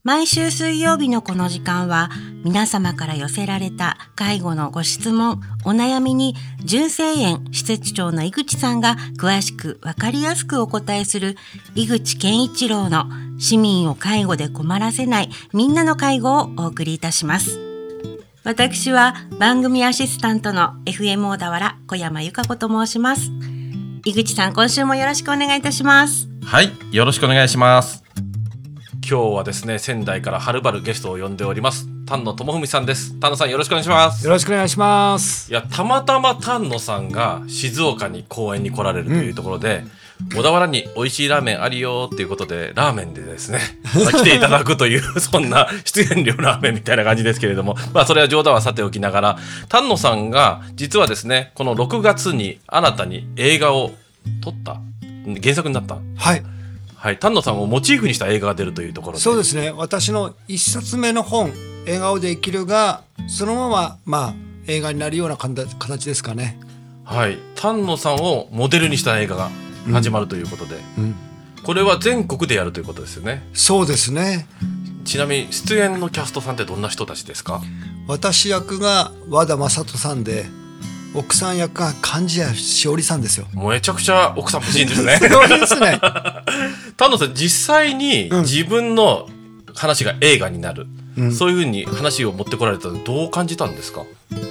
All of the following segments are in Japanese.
毎週水曜日のこの時間は皆様から寄せられた介護のご質問、お悩みに純正園施設長の井口さんが詳しくわかりやすくお答えする井口健一郎の市民を介護で困らせないみんなの介護をお送りいたします。私は番組アシスタントの FM 小田原小山由香子と申します。井口さん、今週もよろしくお願いいたします。 はい、よろしくお願いします。今日はですね、仙台からはるばるゲストを呼んでおります丹野智文さんです。丹野さん、よろしくお願いします。 よろしくお願いします。 いや、たまたま丹野さんが静岡に公演に来られるというところで、小田原に美味しいラーメンあるよっていうことでラーメンでですね来ていただくというそんな出演料ラーメンみたいな感じですけれども、それは冗談はさておきながら、丹野さんが実はですね、この6月に新たに映画を撮った、原作になった、はい、丹野さんをモチーフにした映画が出るというところで。 そうですね、私の一冊目の本笑顔で生きるがそのまま、映画になるような形ですかね。 はい、丹野さんをモデルにした映画が始まるということで、これは全国でやるということですよね。 そうですね。 ちなみに出演のキャストさんってどんな人たちですか？ 私役が和田正人さんで、奥さん役が貫地谷しおりさんですよ。 めちゃくちゃ奥さん欲しいんですねそうですね丹野さん、実際に自分の話が映画になる、そういうふうに話を持ってこられたらどう感じたんですか？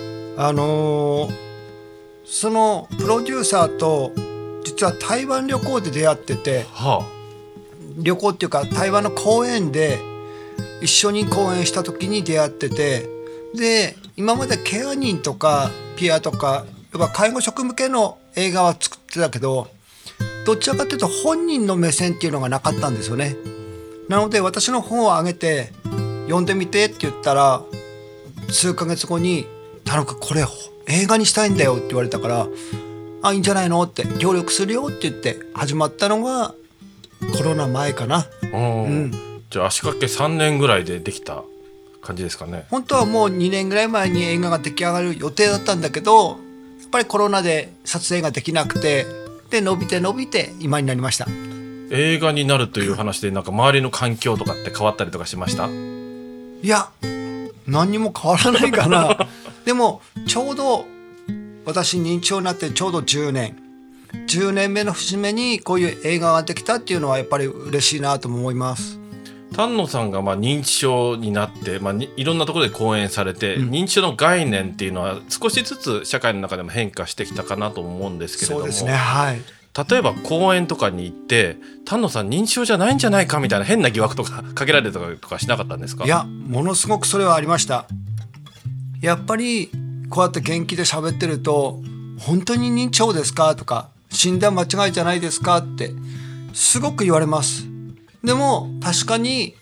そのプロデューサーと実は台湾旅行で出会ってて、旅行っていうか台湾の公園で一緒に公演した時に出会ってて、で今までケア人とかピアとかやっぱ介護職向けの映画は作ってたけど、どちらかというと本人の目線っていうのがなかったんですよね。なので私の本をあげて読んでみてって言ったら、数ヶ月後に田中これ映画にしたいんだよって言われたから、いいんじゃないのって協力するよって言って始まったのがコロナ前かな。 じゃあ足掛け3年ぐらいでできた感じですかね。 本当はもう2年ぐらい前に映画が出来上がる予定だったんだけど、やっぱりコロナで撮影ができなくて、で伸びて今になりました。 映画になるという話でなんか周りの環境とかって変わったりとかしました？ いや、何にも変わらないかなでもちょうど私認知症になってちょうど10年目の節目にこういう映画ができたっていうのはやっぱり嬉しいなと思います。 丹野さんが認知症になって、いろんなところで講演されて、認知症の概念っていうのは少しずつ社会の中でも変化してきたかなと思うんですけれども。 そうですね、はい。 例えば講演とかに行って丹野さん認知症じゃないんじゃないかみたいな変な疑惑とかかけられたりとかしなかったんですか？ いや、ものすごくそれはありました。やっぱりこうやって元気で喋ってると、本当に認知症ですかとか、診断間違いじゃないですかってすごく言われます。でも確かに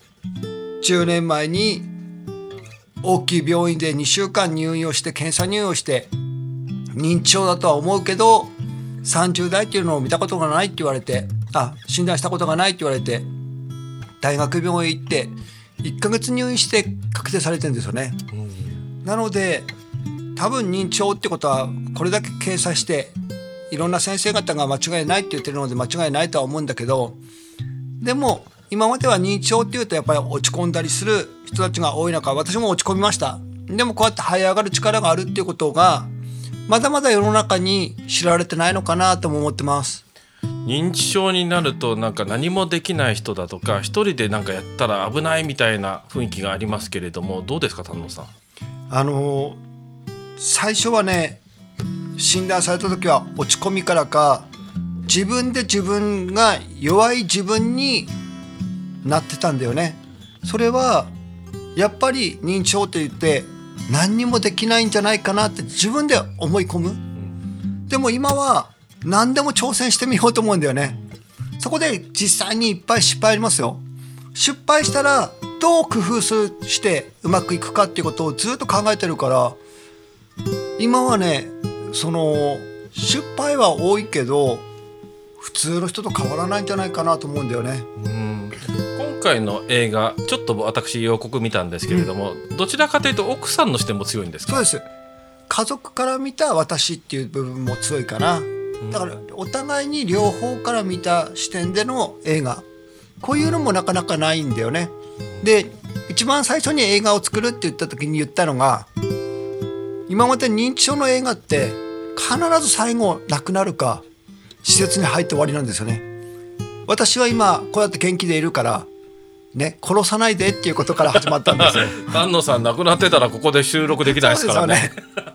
10年前に大きい病院で2週間入院をして検査入院をして認知症だとは思うけど30代っていうのを見たことがないって言われて、診断したことがないって言われて大学病院行って1ヶ月入院して確定されてるんですよね。なので多分認知症ってことはこれだけ検査していろんな先生方が間違いないって言ってるので間違いないとは思うんだけど、でも今までは認知症っていうとやっぱり落ち込んだりする人たちが多い中、私も落ち込みました。でもこうやって這い上がる力があるっていうことがまだまだ世の中に知られてないのかなとも思ってます。 認知症になるとなんか何もできない人だとか一人でなんかやったら危ないみたいな雰囲気がありますけれども、どうですか丹野さん？ 最初はね、診断された時は落ち込みからか自分で自分が弱い自分になってたんだよね。それはやっぱり認知症って言って何にもできないんじゃないかなって自分で思い込む。でも今は何でも挑戦してみようと思うんだよね。そこで実際にいっぱい失敗ありますよ。失敗したらどう工夫してうまくいくかっていうことをずっと考えてるから、今はね、失敗は多いけど普通の人と変わらないんじゃないかなと思うんだよね。 今回の映画ちょっと私予告見たんですけれども、どちらかというと奥さんの視点も強いんですか？ そうです。家族から見た私っていう部分も強いかな。だからお互いに両方から見た視点での映画、こういうのもなかなかないんだよね。で一番最初に映画を作るって言った時に言ったのが、今まで認知症の映画って必ず最後亡くなるか施設に入って終わりなんですよね。私は今こうやって元気でいるからね、殺さないでっていうことから始まったんですよ。 丹野さん亡くなってたらここで収録できないですからね。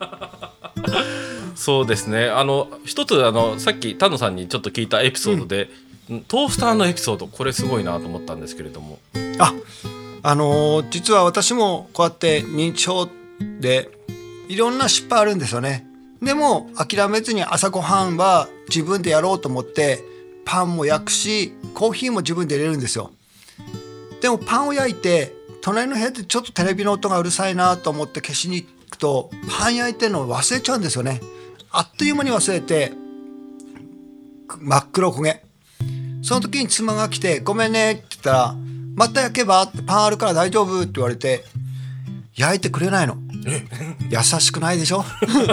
そうですね。一つさっき丹野さんにちょっと聞いたエピソードで、トースターのエピソード、これすごいなと思ったんですけれども。 実は私もこうやって認知症でいろんな失敗あるんですよね。でも諦めずに朝ごはんは自分でやろうと思ってパンも焼くし、コーヒーも自分で入れるんですよ。でもパンを焼いて隣の部屋でちょっとテレビの音がうるさいなと思って消しに行くと、パン焼いてるのを忘れちゃうんですよね。あっという間に忘れて真っ黒焦げ。その時に妻が来て、ごめんねって言ったら、また焼けばってパンあるから大丈夫って言われて、焼いてくれないの。優しくないでしょ。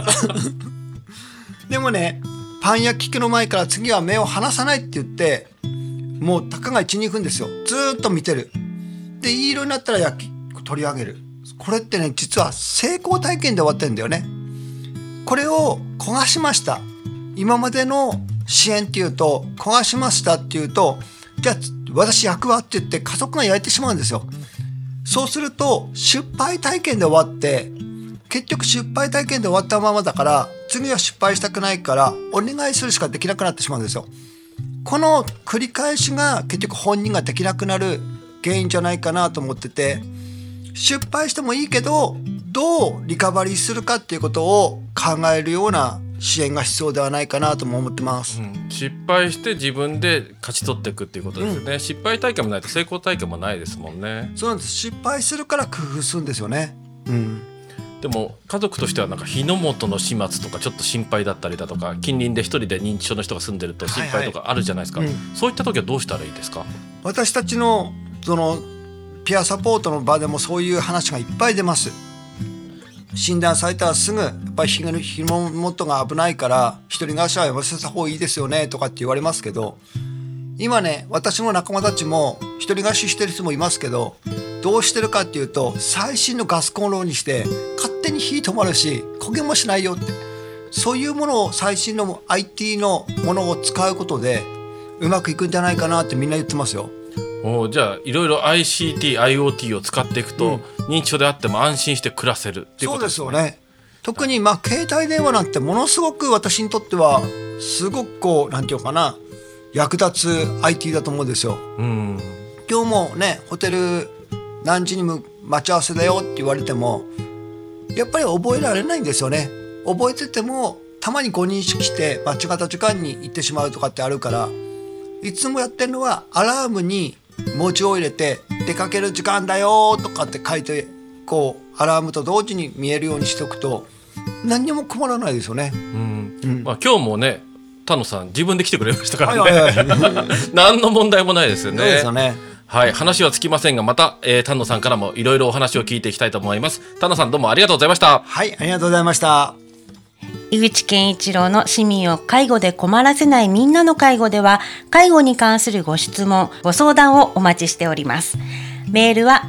でもね、パン焼き器の前から次は目を離さないって言って、もうたかが1、2分ですよ。ずーっと見てる。で、いい色になったら取り上げる。これってね、実は成功体験で終わってんだよね。これを焦がしました。今までの支援っていうと、焦がしましたっていうと、じゃあ私焼くわって言って家族が焼いてしまうんですよ。そうすると失敗体験で終わって、結局失敗体験で終わったままだから、次は失敗したくないからお願いするしかできなくなってしまうんですよ。この繰り返しが結局本人ができなくなる原因じゃないかなと思ってて、失敗してもいいけどどうリカバリーするかっていうことを考えるような支援が必要ではないかなとも思ってます、 失敗して自分で勝ち取っていくっていうことですよね、失敗体験もないと成功体験もないですもんね。 そうなんです。失敗するから工夫するんですよね、 でも家族としてはなんか火の元の始末とかちょっと心配だったりだとか、近隣で一人で認知症の人が住んでると心配とかあるじゃないですか、そういった時はどうしたらいいですか？ 私たちのそのピアサポートの場でもそういう話がいっぱい出ます。診断されたらすぐやっぱり火の元が危ないから一人暮らしはやめさせた方がいいですよねとかって言われますけど、今ね、私の仲間たちも一人暮らししてる人もいますけど、どうしてるかっていうと、最新のガスコンロにして勝手に火止まるし焦げもしないよって、そういうものを最新の IT のものを使うことでうまくいくんじゃないかなってみんな言ってますよ。 じゃあいろいろ ICT、IoT を使っていくと、認知症であっても安心して暮らせるっていうことですね。 そうですよね。特に携帯電話なんてものすごく私にとってはすごくなんていうかな、役立つ IT だと思うんですよ。今日もね、ホテル何時に待ち合わせだよって言われてもやっぱり覚えられないんですよね。覚えててもたまに誤認識して間違った時間に行ってしまうとかってあるから、いつもやってるのはアラームに文字を入れて出かける時間だよとかって書いて、こうアラームと同時に見えるようにしておくと何にも困らないですよね。 今日もね、丹野さん自分で来てくれましたからね、何の問題もないですよね。 そうですよね。 はい、話はつきませんが、また、丹野さんからもいろいろお話を聞いていきたいと思います。丹野さん、どうもありがとうございました。 はい、ありがとうございました。 井口健一郎の市民を介護で困らせないみんなの介護では、介護に関するご質問ご相談をお待ちしております。メールは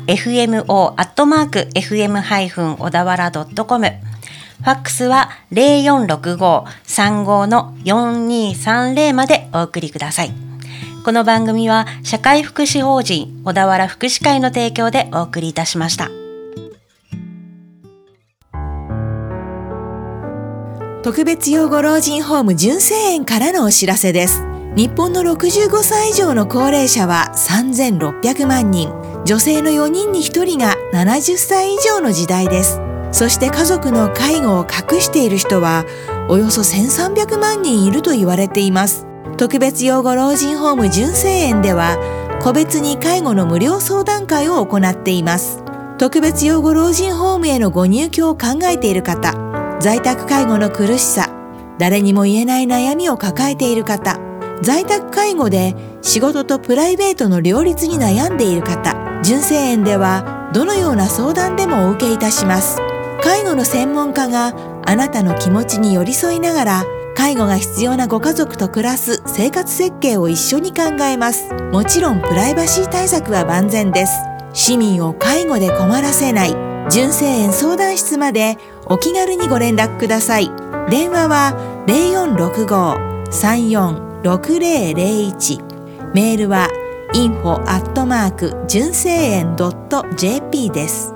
fmo@fm- 小田原 .com、 ファックスは 0465-35-4230 までお送りください。この番組は社会福祉法人小田原福祉会の提供でお送りいたしました。 特別養護老人ホーム純正園からのお知らせです。日本の65歳以上の高齢者は3600万人、女性の4人に1人が70歳以上の時代です。そして家族の介護を隠している人はおよそ1300万人いると言われています。特別養護老人ホーム純正園では個別に介護の無料相談会を行っています。特別養護老人ホームへのご入居を考えている方、在宅介護の苦しさ、誰にも言えない悩みを抱えている方、在宅介護で仕事とプライベートの両立に悩んでいる方、純正園ではどのような相談でもお受けいたします。介護の専門家があなたの気持ちに寄り添いながら、介護が必要なご家族と暮らす生活設計を一緒に考えます。もちろんプライバシー対策は万全です。 市民を介護で困らせない純正園相談室までお気軽にご連絡ください。電話は 0465-346001、メールはinfo@純正園.jp です。